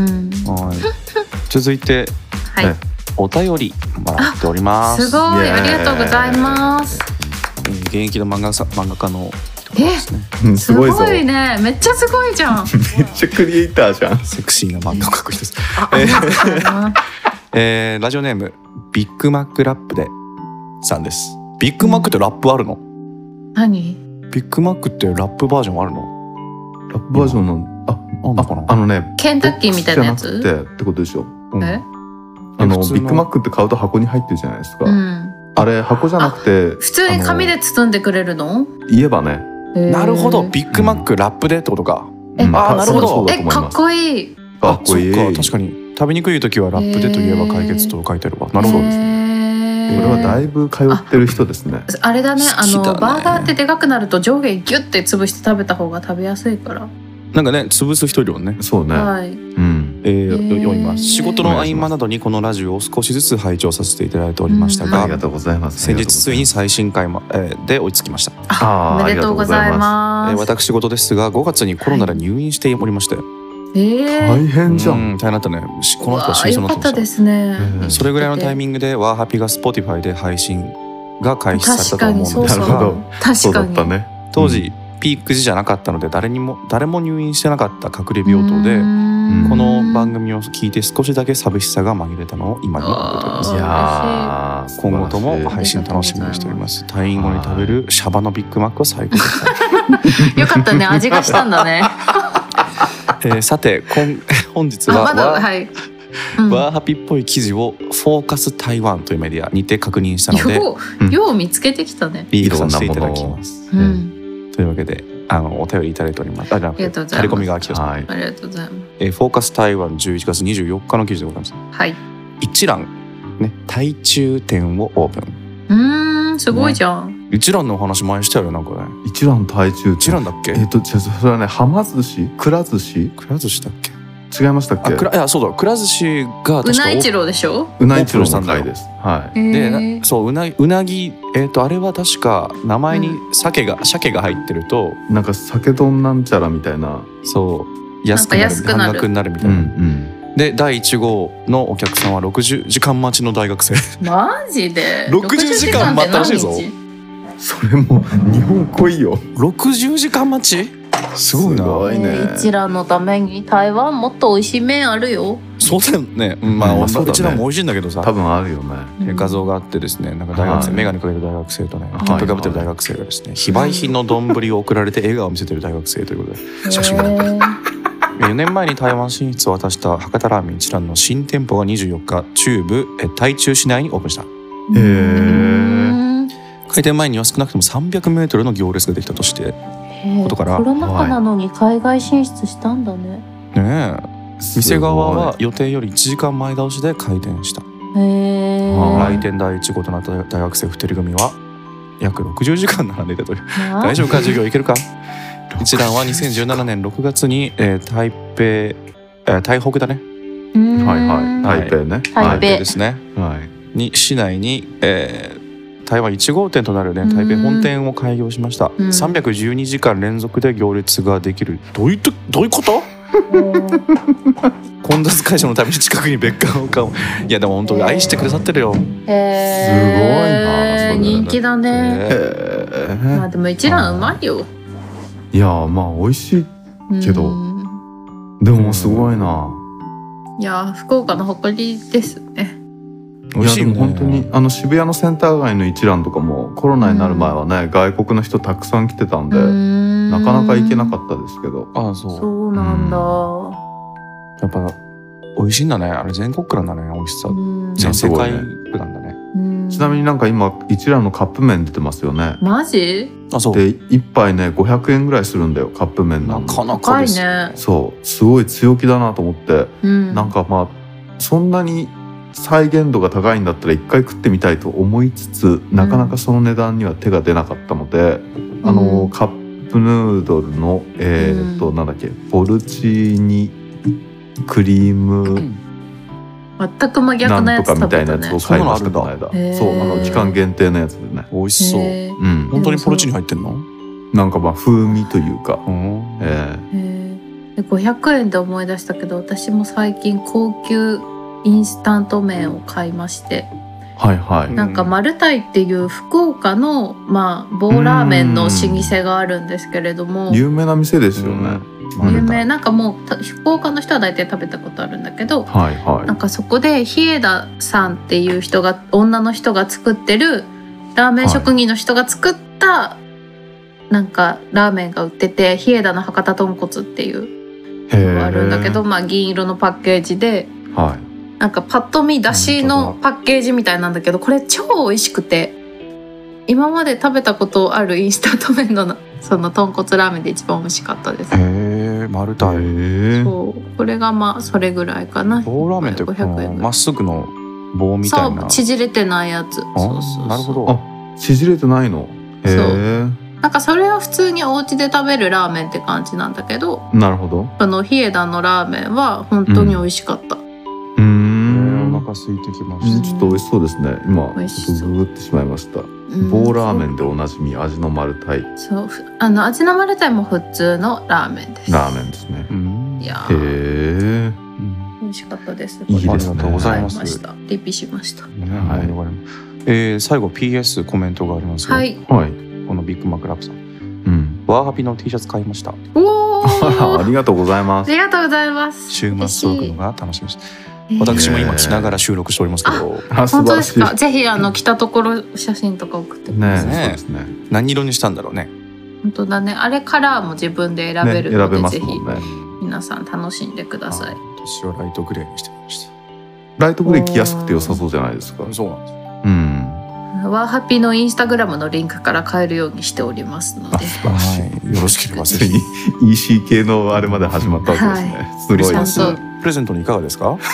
はい。続いて、はい、お便りもらっております。 すごいありがとうございます。 現役の漫画さ漫画家の人ですね。 え、うん、すごいぞ。 すごいね。めっちゃすごいじゃん。 めっちゃクリエイターじゃん。 セクシーな漫画を描く人です。えーえー、ラジオネームビッグマックラップでさんです。 ビッグマックってラップあるの？ 何？ ビッグマックってラップバージョンあるの？ ラップバージョンの、あ、 あんのかな？ あのね、 ケンタッキーみたいなやつじゃなくてってことでしょ。 うん、 え？ あの普通のビッグマックって買うと箱に入ってるじゃないですか。 うん、 あれ箱じゃなくて普通に紙で包んでくれるの？ 言えばね。 なるほど、ビッグマックラップでってことか。 え、 うん、 あ、なるほど。 え、かっこいい。 かっこいい。 あ、そっか、確かに食べにくい時はラップでといえば解決と書いてあるわ。なるほどですね。 これはだいぶ通ってる人ですね。 あ, あれだね、あのね、 バーガーってでかくなると上下ギュッて潰して食べた方が食べやすいから。 なんかね、潰す人いるよね。 そうね。 はい。 うん。 えー、読みます。仕事の合間などにこのラジオを少しずつ拝聴させていただいておりましたが、 ありがとうございます。 先日ついに最新回で追いつきました。 あ、おめでとうございます。 えー、私事ですが、ごがつにコロナで入院しておりまして。はい、 えー、 大変じゃん。 大変だったね。この人は死にそうになってました。 よかったですね。 それぐらいのタイミングでワーハピが Spotify で配信が開始されたと思うのですが、 確かにそうだったね。 当時、うんピーク時じゃなかったので誰にも誰も入院してなかった隠れ病棟でこの番組を聞いて少しだけ寂しさが紛れたのを今に覚えております。 いやー、 今後とも配信楽しみにしております。退院後に食べるシャバのビッグマックは最高でした。よかったね、味がしたんだね。 えー、さて今本日はまだ、はい、 うん、ワーハピっぽい記事をフォーカス台湾というメディアにて確認したので、 よう、よう見つけてきたね。 リードさせていただきます。 うん、 というわけであのお便りいただいております。ありがとうございます。タレコミが来てます。 はい、ありがとうございます。 えー、フォーカス台湾じゅういちがつにじゅうよっかの記事でございます。 はい。 一蘭ね、台中店をオープン。 うーん、すごいじゃん。 ね、一蘭のお話前したよね、なんかね。 一蘭台中店。 一蘭だっけ？ えっとじゃそれはね、はま寿司、くら寿司、 くら寿司だっけ？ 違いましたっけ？ あ、くらいやそうだ、くら寿司が確かうな一郎でしょ？ うな一郎の回です。はい。 で、そううなうなぎえっ、ー、とあれは確か名前に鮭が、うん、鮭が入ってるとなんか鮭丼なんちゃらみたいな、 そう安くなる半額になるみたいな。うんうん、でだいいち号のお客さんはろくじゅうじかん待ちの大学生。 マジで？ ろくじゅうじかん待ったらしいぞ。 それも日本来いよ。 ろくじゅうじかん待ち？すごいな。すごいね。一蘭のために台湾もっと美味しい麺あるよ。 そうだよね。まあ、うん、一蘭も美味しいんだけどさ。 多分あるよね。 画像があってですね、なんか大学生、眼鏡かけてる大学生とね、キャップかぶってる大学生がですね、非売品の丼を送られて笑顔を見せてる大学生ということで写真が。よねんまえに台湾進出を果たした博多ラーメン一蘭の新店舗がにじゅうよっか中部台中市内にオープンした。へー。開店前には少なくともさんびゃくメートルの行列ができたとしてことから、 コロナ禍なのに海外進出したんだね。 ねえ。店側は予定よりいちじかんまえ倒しで開店した。へ来店第一号となった大学生ふたり組は約ろくじゅうじかん並んでいたという。大丈夫か、授業いけるか。一蘭はにせんじゅうななねんろくがつに、えー、台北、えー、台北だね。 はいはい、台北ね。 台北ですね。 はい。 に市内に、えー、台湾いち号店となるね台北本店を開業しました。さんびゃくじゅうにじかん連続で行列ができる。どういうどういうこと？混雑解消のために近くに別館を買う。いやでも本当に愛してくださってるよ。 へー、すごいな。人気だね。まあでも一蘭うまいよ。 いやまあ美味しいけど、でもすごいな。 いや福岡の誇りですね。 美味しいね。 いやでも本当にあの渋谷のセンター街の一蘭とかもコロナになる前はね、外国の人たくさん来てたんでなかなか行けなかったですけど。 ああそう。 そうなんだ。 やっぱ美味しいんだね。あれ全国区なんだね、美味しさ。全世界区なんだね。 ちなみになんか今一蘭のカップ麺出てますよね。 マジ？ あそう。 で一杯ねごひゃくえんぐらいするんだよ、カップ麺なの。 なかなかですね。 そうすごい強気だなと思って、うん、なんかまあそんなに再現度が高いんだったら一回食ってみたいと思いつつ、なかなかその値段には手が出なかったので、うん、あのカップヌードルのえー、っと、うん、なんだっけポルチーニクリーム、うん、 全く真逆なやつ食べたね。 なんとかみたいなやつを買いましたこの間。そうあの期間限定のやつでね。 美味しそう。うん。本当にポルチーニ入ってんの？ なんかまあ風味というか。 うん、 えー、ごひゃくえんで思い出したけど、私も最近高級インスタント麺を買いまして。 はいはい。 なんかマルタイっていう福岡のまあ棒ラーメンの老舗があるんですけれども。 有名な店ですよね。 有名なんかもう福岡の人は大体食べたことあるんだけど、 はいはい、 なんかそこで日枝さんっていう人が女の人が作ってるラーメン職人の人が作ったなんかラーメンが売ってて、日枝の博多豚骨っていうのがあるんだけど、まあ銀色のパッケージで、 はい、 なんかパッと見だしのパッケージみたいなんだけど、これ超美味しくて、今まで食べたことあるインスタント麺のその豚骨ラーメンで一番美味しかったです。 へえ、マルタイ。 そうこれがまあそれぐらいかな。 棒ラーメンってこのまっすぐの棒みたいな。 そう、縮れてないやつ。そうそうそう。 なるほど。 あ、縮れてないの。へえ。 なんかそれは普通にお家で食べるラーメンって感じなんだけど、 なるほど。 あのヒエダのラーメンは本当に美味しかった。 うん、うーん、 お腹空いてきました。 ちょっと美味しそうですね。今美味しそうちょっとググってしまいました。棒ラーメンでおなじみ味のマルタイ。 そう、あの味のマルタイも普通のラーメンです。 ラーメンですね。 うん、 いやへえ、 美味しかったです。 いいですね。 ありがとうございます。 リピしました。 ね、はい。えー、最後 ピーエス コメントがありますよ。 はい。 はい。 このビッグマクラブさん。 うん。 ワーハピの T シャツ買いました。 おお。 ありがとうございます。 ありがとうございます。 週末届くのが楽しみです。私も今着ながら収録しておりますけど、 あ、本当ですか。ぜひあの着たところ写真とか送ってください。 ね、そうですね。 何色にしたんだろうね。 本当だね。あれカラーも自分で選べるので、ね、ぜひ皆さん楽しんでください。 私はライトグレーにしてみました。 ライトグレー着やすくて良さそうじゃないですか。 そうなんです。 うん。 ワーハピのインスタグラムのリンクから買えるようにしておりますので、 はい、よろしければぜひ。 イーシー 系のあれまで始まったわけですね。はい、すごいです。 プレゼントにいかがですか？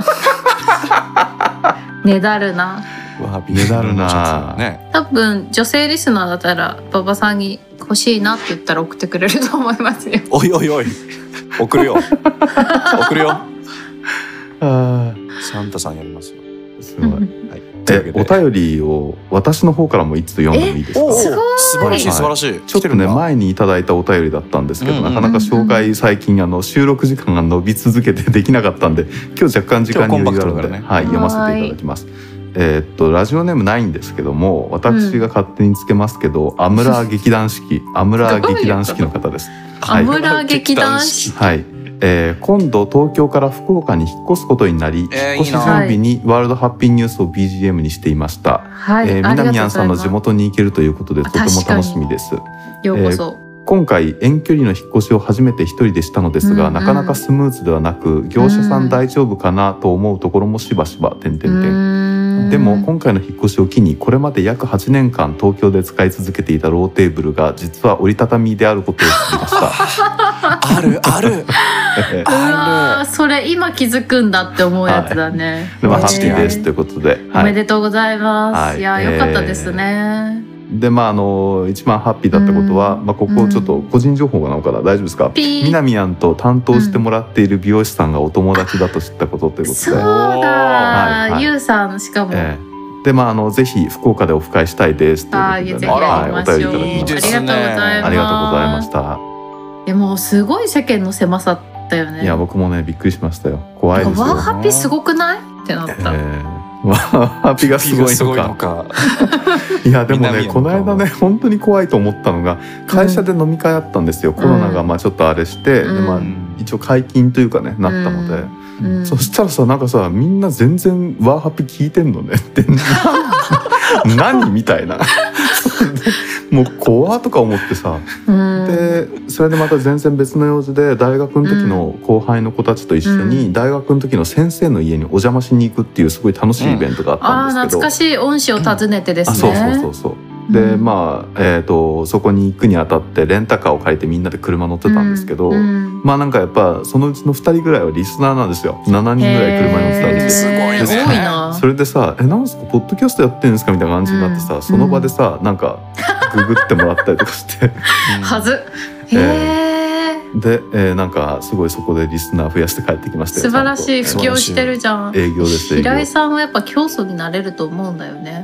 ねだるな。 ねだるな。 ね、多分女性リスナーだったら馬場さんに欲しいなって言ったら送ってくれると思いますよ。 おいおいおい、送るよ。送るよ。サンタさんやりますよ。すごい。はい。 え、お便りを私の方からも一つ読んでもいいですか？ すごい。 素晴らしい素晴らしい。 ちょっとね、前にいただいたお便りだったんですけど、なかなか紹介最近あの収録時間が伸び続けてできなかったんで、今日若干時間に余裕があるので、はい、読ませていただきます。えー、っとラジオネームないんですけども、私が勝手につけますけど、アムラー劇団四季、アムラー劇団四季の方です。 アムラー劇団四季。 はい。えー、今度東京から福岡に引っ越すことになり、えー、引っ越し準備にワールドハッピーニュースを ビージーエム にしていました。はい、えー、南やんさんの地元に行けるということでとても楽しみです。 ようこそ。 えー今回遠距離の引っ越しを初めて一人でしたのですが、うんうん、なかなかスムーズではなく、業者さん大丈夫かなと思うところもしばしば点々点。でも今回の引っ越しを機にこれまで約はちねんかん東京で使い続けていたローテーブルが実は折りたたみであることを知りました。 あるあるある。それ今気づくんだって思うやつだね。 はい、ハッピーですということで、 はい、おめでとうございます。はい、いや、良かったですね。 でまあ、あの一番ハッピーだったことは、まあ、ここちょっと個人情報なのかな、大丈夫ですか？南やんと担当してもらっている美容師さんがお友達だと知ったことということで、 そうだ、はいはい、ゆうさんしかも、えー、でまああのぜひ福岡でオフ会したいですということで、ね、 はい、 お便りいただきました。 ありがとうございます。 ありがとうございました。 でもすごい世間の狭さだよね。 いや僕もねびっくりしましたよ。怖いですよ。 ワーハッピーすごくないってなった。えーワーハピがすごいのか。いやでもねこの間ね本当に怖いと思ったのが、会社で飲み会あったんですよ、うん、コロナがまあちょっとあれして、うんでまあ、一応解禁というかねなったので、うんうん、そしたらさなんかさみんな全然ワーハピ聞いてんのねって何みたいなもう怖とか思ってさ、うん、でそれでまた全然別の用事で大学の時の後輩の子たちと一緒に大学の時の先生の家にお邪魔しに行くっていうすごい楽しいイベントがあったんですけど、うん、あ懐かしい恩師を訪ねてですね、 うん、そうそうそうそうで、うん、まあ、えーと、そこに行くにあたってレンタカーを借りてみんなで車乗ってたんですけど、うん、まあなんかやっぱそのうちのふたりぐらいはリスナーなんですよ。ななにんぐらい車に乗ってたんですよ。 すごいね。 多いな。 それでさ「えなんすかポッドキャストやってるんですか?」みたいな感じになってさ、うん、その場でさなんかググってもらったりとかしてはずへえで、えー、なんかすごいそこでリスナー増やして帰ってきましたよ。 素晴らしい、布教してるじゃん。 営業です。 平井さんはやっぱ教祖になれると思うんだよね。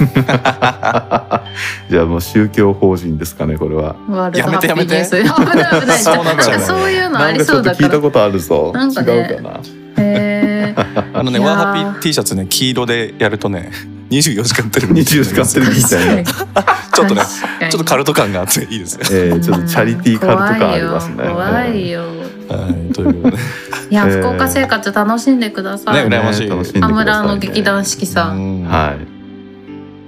じゃあもう宗教法人ですかねこれは。 やめてやめて。 危ない危ない。そうなんかそういうのありそうだから。 聞いたことあるぞ。なんか、ね、違うかな。 へあのねワーハピー T シャツね黄色でやるとねにじゅうよじかんテレビにじゅうよじかんテレビみたいなちょっとねちょっとカルト感があっていいですね。 えー、ちょっとチャリティーカルト感ありますね。 怖いよ。 はい、ということでいや福岡生活楽しんでください。 ね羨ましい。 アムラーの劇団四季さん。 はい。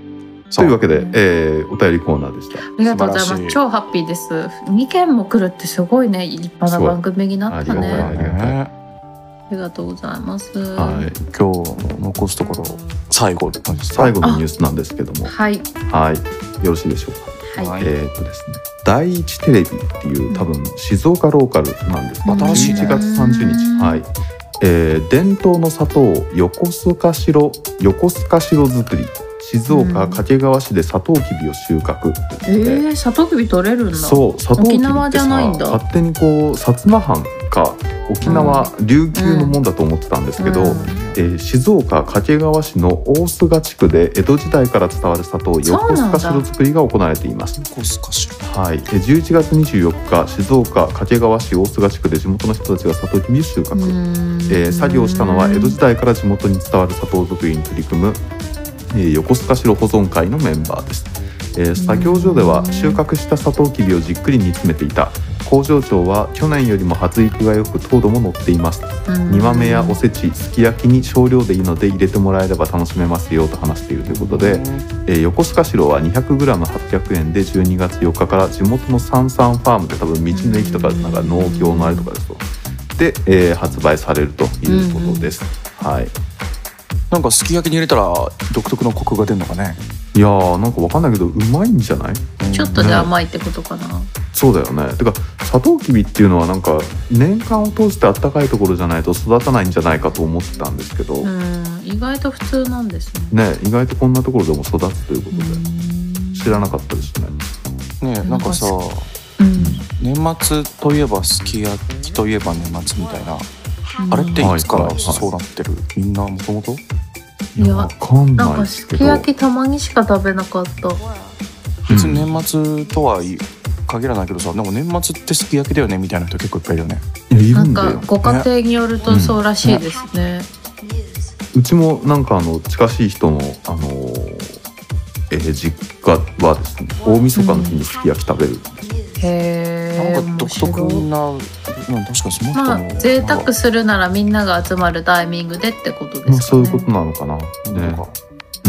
というわけで、えー、お便りコーナーでした。 ありがとうございます。超ハッピーです。にけんも来るってすごいね、立派な番組になったね。ありがとうございます。 はい、今日残すところ最後最後のニュースなんですけども、 はい、 はい、よろしいでしょうか。はい、えー、っとですね、第一テレビっていう多分静岡ローカルなんですけど、 新しいね、 じゅういちがつさんじゅうにち、はい、えー、伝統の砂糖横須賀白横須賀白作り。静岡掛川市でサトウキビを収穫ってことで、 えー、サトウキビ取れるんだ。 そうサトウキビってさ、 沖縄じゃないんだ。 勝手にこう薩摩藩か沖縄、うん、琉球のもんだと思ってたんですけど、うん、えー、静岡掛川市の大須賀地区で江戸時代から伝わる砂糖横須賀白作りが行われています。 横須賀白、 はい、じゅういちがつにじゅうよっか静岡掛川市大須賀地区で地元の人たちがサトウキビを収穫、えー、作業したのは江戸時代から地元に伝わる砂糖作りに取り組む横須賀白保存会のメンバーです。えー、作業所では収穫したサトウキビをじっくり煮詰めていた。工場長は去年よりも発育が良く糖度も乗っています。煮豆やおせち、すき焼きに少量でいいので入れてもらえれば楽しめますよと話しているということで、えー、横須賀白は にひゃくグラムはっぴゃくえんでじゅうにがつよっかから地元のサンサンファームで多分道の駅とかなんか農協のあれとかですとで、えー、発売されるということです。はい。 なんかすき焼きに入れたら独特のコクが出るのかね。 いやーなんかわかんないけどうまいんじゃない？ ちょっとで甘いってことかな、ね、 そうだよね。てかサトウキビっていうのはなんか年間を通してあったかいところじゃないと育たないんじゃないかと思ってたんですけど、 うん、意外と普通なんですね。 ね、意外とこんなところでも育つということで知らなかったですね。 ね、なんかさ、うん、年末といえばすき焼きといえば年末みたいな、うん、あれっていつからそうなってる？みんなもともと？ いや、わかんないですけど、なんかすき焼きたまにしか食べなかった。 別に年末とは限らないけどさ、でも年末ってすき焼きだよねみたいな人結構いっぱいいるよね。 いなんかご家庭によるとそうらしいですね。ね、 うん、うちもなんかあの近しい人のあのーえー、実家はですね、大晦日の日にすき焼き食べるんです。 へー、なんか独特な、確かその人も、 まあ、贅沢するならみんなが集まるタイミングでってことですかね。まあ、 そういうことなのかな、ね、うん、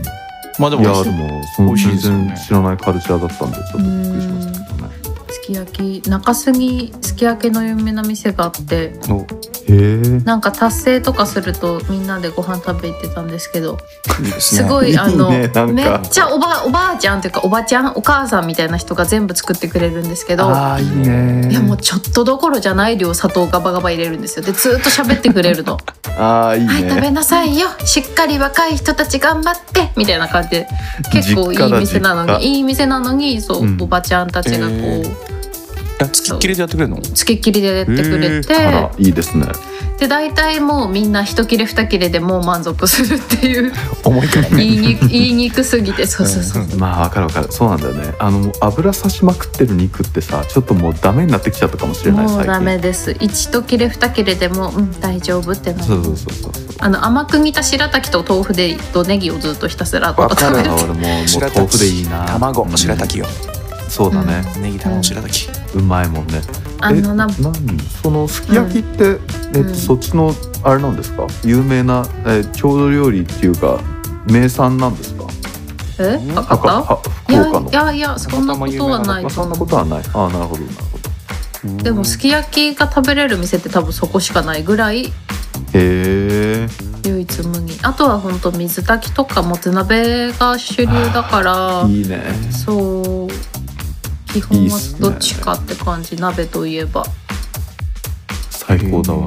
まあでも、 いやでもその全然知らないカルチャーだったんでちょっとびっくりしましたけどね。 すき焼き、中洲にすき焼きの有名な店があって、 へー、 なんか達成とかするとみんなでご飯食べ行ってたんですけど、すごいあのいい、ね、めっちゃおば、おばあちゃんっていうかおばちゃんお母さんみたいな人が全部作ってくれるんですけど、 あー、いいね。 いやもうちょっとどころじゃない量砂糖ガバガバ入れるんですよ。でずっと喋ってくれるのあー、いいね。 はい、食べなさいよ、しっかり若い人たち頑張ってみたいな感じで、結構いい店なのにいい店なのにそう、うん、おばちゃんたちがこう、えーつきっきりでやってくれるの？ つきっきりでやってくれて、 あらいいですね。 で大体もうみんな一切れ二切れでもう満足するっていう重いからね、 言いにく言いにくすぎて、そうそうそう、 うん、まあ分かる分かる、そうなんだよね。あの油刺しまくってる肉ってさ、ちょっともうダメになってきちゃったかもしれない。 もうダメです。一切れ二切れでもうん大丈夫ってなる。 そうそうそうそう、 あの甘く煮た白滝と豆腐でとネギをずっとひたすらと食べる。 俺ももう豆腐でいいな。 卵の白滝よ、 うん、そうだね、 うん、ネギ卵白滝、 うん、うまいもんね。 あのな、 何そのすき焼きって、うん、えっと、そっちのあれなんですか、有名な、えー、郷土料理っていうか名産なんですか？ え、博多？ 福岡の？ いやいや、そんなことはない。 まあ、そんなことはない。ああ、なるほどなるほど。でもすき焼きが食べれる店って多分そこしかないぐらい。 へえ。 唯一無二。あとは本当水炊きとかもつ鍋が主流だから。 いいね。 そう。基本はどっちかって感じ、いい、ね、鍋といえば最高だわ。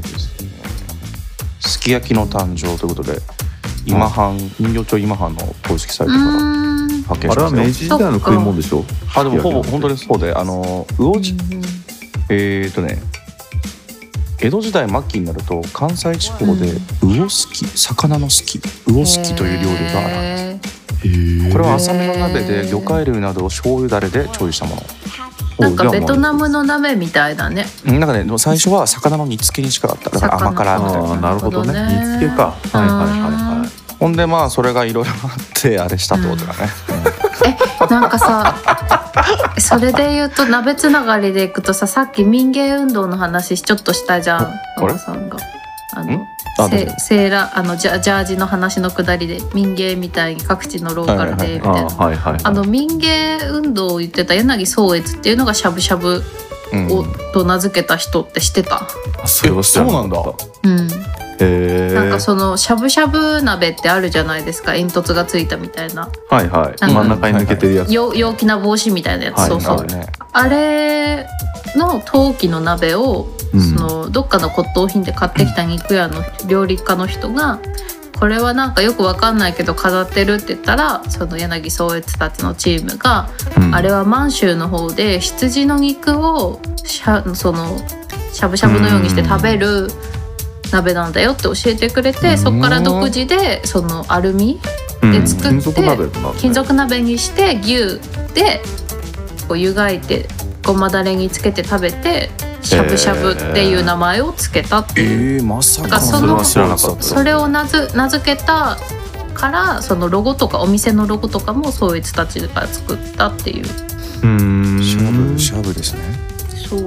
すき焼きの誕生ということで、今半人形町今半の公式サイトから発見しましたよ。 あれは明治時代の食い物でしょ。 あ、でもほぼ本当にそうで、あの魚地、えーとね江戸時代末期になると関西地方で魚すき、魚のすき、魚すきという料理があるんです。これは浅めの鍋で魚介類などを醤油だれで調理したもの。 なんかベトナムの鍋みたいだね。 なんかね、最初は魚の煮付けに近かった。だから甘辛みたいな。 あ、なるほどね。煮付けか。はいはいはいはい。 ほんでまあそれがいろいろあってあれしたってことだね。 え、なんかさ、それで言うと鍋つながりでいくとさ、さっき民芸運動の話ちょっとしたじゃん、馬場さんが。あのセセーラあのジャジャージの話のくだりで民芸みたいに各地のローカルでみたいな、あの民芸運動を言ってた柳宗悦っていうのがしゃぶしゃぶを、うん、と名付けた人って知ってた？ あ、それは知らなかった。 そうなんだ。うん。 へー。 なんかそのしゃぶしゃぶ鍋ってあるじゃないですか、煙突がついたみたいな。 はいはい。真ん中に抜けてるやつ。 陽気な帽子みたいなやつ、はい、そうそう。ね、あれの陶器の鍋を、うん、そのどっかの骨董品で買ってきた肉屋の料理家の人が、これはなんかよくわかんないけど飾ってるって言ったら、その柳宗悦たちのチームが、うん、あれは満州の方で羊の肉をしゃそのしゃぶしゃぶのようにして食べる鍋なんだよって教えてくれて、そこから独自でそのアルミで作って、うん、金属鍋、金属鍋にして牛でこう湯がいてごまだれにつけて食べてしゃぶしゃぶっていう名前をつけたっていう、 えー、まさかそのそれを名付名付けたから、そのロゴとかお店のロゴとかも宗悦たちが作ったっていう。 うーん、 しゃぶしゃぶですね。 そう、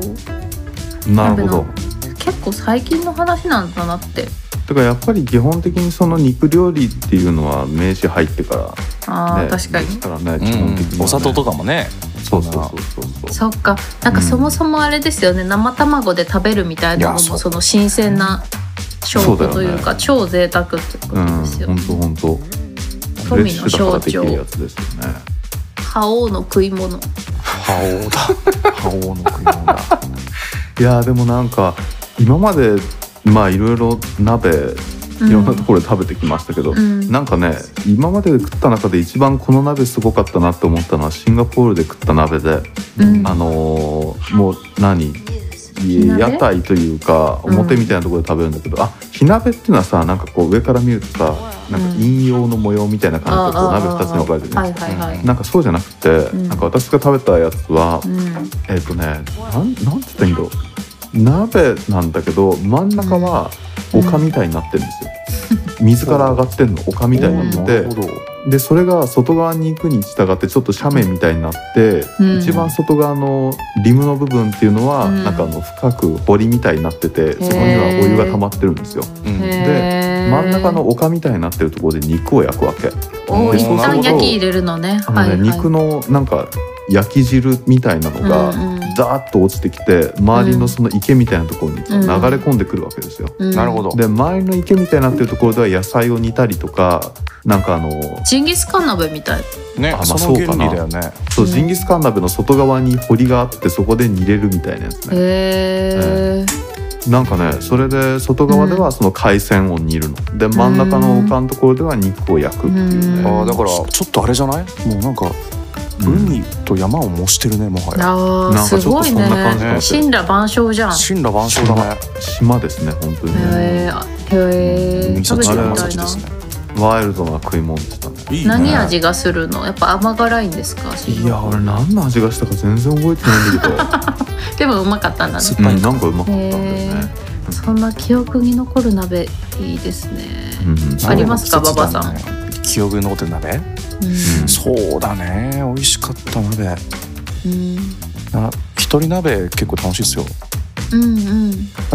なるほど。 結構最近の話なんだなって。 だからやっぱり基本的にその肉料理っていうのは明治入ってから、ね、 あー確かにですからね、基本的にはね、 お砂糖とかもね。 そうそうそうそう。 そっか、なんかそもそもあれですよね、うん、生卵で食べるみたいなのもその新鮮な証拠というか、う、ね、超贅沢ってことですよね。 本当本当。 富の象徴。 やつですよね。 覇王の食い物。 覇王だ。覇王の食い物だ。 いやでもなんか今までまあいろいろ鍋いろんなところで食べてきましたけど、うん、なんかね今までで食った中で一番この鍋すごかったなって思ったのはシンガポールで食った鍋で、うん、あのー、もう何屋台というか表みたいなところで食べるんだけど、うん、あ火鍋っていうのはさ、なんかこう上から見るとさ、なんか陰陽の模様みたいな感じでこう鍋ふたつに分かれてるんですよ、はいはいはい、なんかそうじゃなくて、うん、なんか私が食べたやつは、うん、えっとねなんなんて言ったらいいんだろう、鍋なんだけど真ん中は丘みたいになってるんですよ、うん、水から上がってんの丘みたいになってて、でそれが外側に行くに従ってちょっと斜面みたいになって、うん、一番外側のリムの部分っていうのは、うん、なんかあの深く堀みたいになってて、そこにはお湯が溜まってるんですよ。で真ん中の丘みたいになってるところで肉を焼くわけ。 お一旦焼き入れるのね。 あのね、はいはい、肉のなんか焼き汁みたいなのがダーッと落ちてきて、周りのその池みたいなところに流れ込んでくるわけですよ、 うん、なるほど。 で周りの池みたいになってるところでは野菜を煮たりとか、なんかあのジンギスカン鍋みたいね、あ、まあ、その原理だよね。 そう、ジンギスカン鍋の外側に堀があってそこで煮れるみたいなやつね。 へー、なんかね、それで外側ではその海鮮を煮るの、うん、で真ん中の丘のところでは肉を焼くっていうね。 あ、だからちょっとあれじゃない？もうなんか海と山を模してるね、もはや。 あ、なんかちょっとそんな感じなんですよ。神羅万象じゃん。 神羅万象だね。 島ですね、本当にね。 へー、へー、食べてみたいな。 ワイルドな食い物でしたね。いいね。何味がするの？やっぱ甘辛いんですか？ いや、俺何の味がしたか全然覚えてないんだけどでもうまかったんだね。 うん、なんかうまかったんだよね。 そんな記憶に残る鍋いいですね、うん、ありますか、馬場さん？ 記憶に残ってる鍋、うん、そうだね、美味しかった鍋、うん、あ、一人鍋結構楽しいですよ。 うんうん、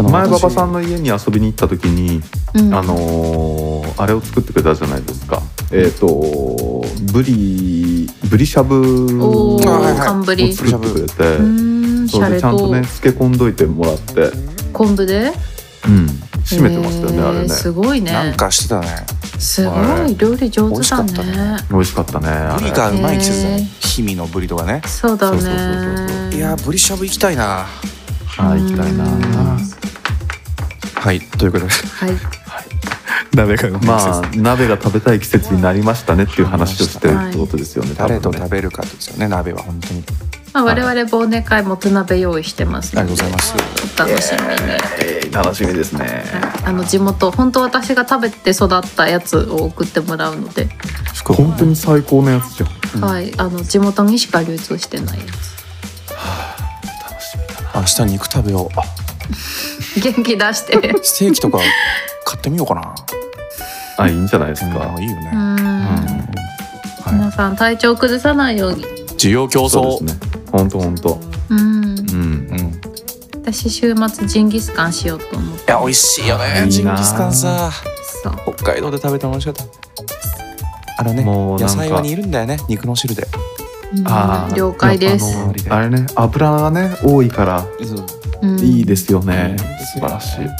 前馬場さんの家に遊びに行った時に、うん、あのー、あれを作ってくれたじゃないですか。えっ、ー、とブリブリしゃぶを寒ブリ作ってくれて、うんそうでちゃんとね漬け込んどいてもらって、 昆布で、 うん、締めてましたよね、あれね。 すごいね。 なんかしてたね。 すごい料理上手だね。 美味しかったね。 ブリがうまい季節ね。氷見のブリとかね。 そうだね。 いや、ブリしゃぶ行きたいな。 あ、行きたいな。 はい、ということで、 はい、 鍋がうまい季節、 まあ鍋が食べたい季節になりましたねっていう話をしてるってことですよね。 誰と食べるかですよね、鍋は本当に。 まあ、我々忘年会もつ鍋用意してますので、 ありがとうございます。 お楽しみに、 えー、楽しみですね、 はい、あの地元、本当私が食べて育ったやつを送ってもらうので、 本当に最高のやつじゃん、 はい、あの地元にしか流通してないやつ、 はあ、楽しみだな。 明日肉食べよう元気出してステーキとか買ってみようかな。 あ、いいんじゃないですか、 うん、いいよね。 うん、うん、はい、皆さん体調崩さないように、 需要競争、 そうですね、本当本当、 うん、うん、 うん、 私週末ジンギスカンしようと思って。 いや美味しいよねジンギスカンさ。そう北海道で食べたの美味しかった。あのね野菜は煮るんだよね肉の汁で。 あ了解です。 あれね油がね多いからいいですよね、うん、素晴らしい。はい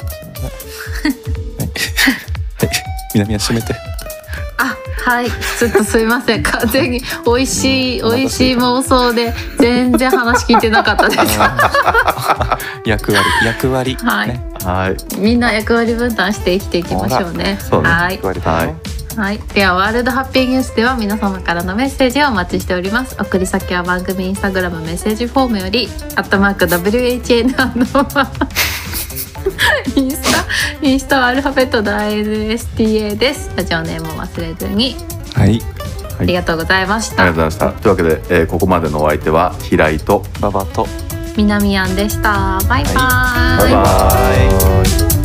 南は閉めて。 あはいちょっとすいません完全に美味しい美味しい妄想で全然話聞いてなかったです役割役割、 はい、 ね、 はいみんな役割分担して生きていきましょうね。 そうねはい、 はいはい、ではワールドハッピーニュースでは皆様からのメッセージをお待ちしております。送り先は番組インスタグラムメッセージフォームよりアットマーク ダブリューエイチエヌ アンドインスタインスタはアルファベットだ エヌエスティーエー です。ラジオネームを忘れずに。 はい、 ありがとうございました。 ありがとうございました。というわけで、えー、ここまでのお相手は平井と馬場と南やんでした。バイバイ。 はい、バイバイ。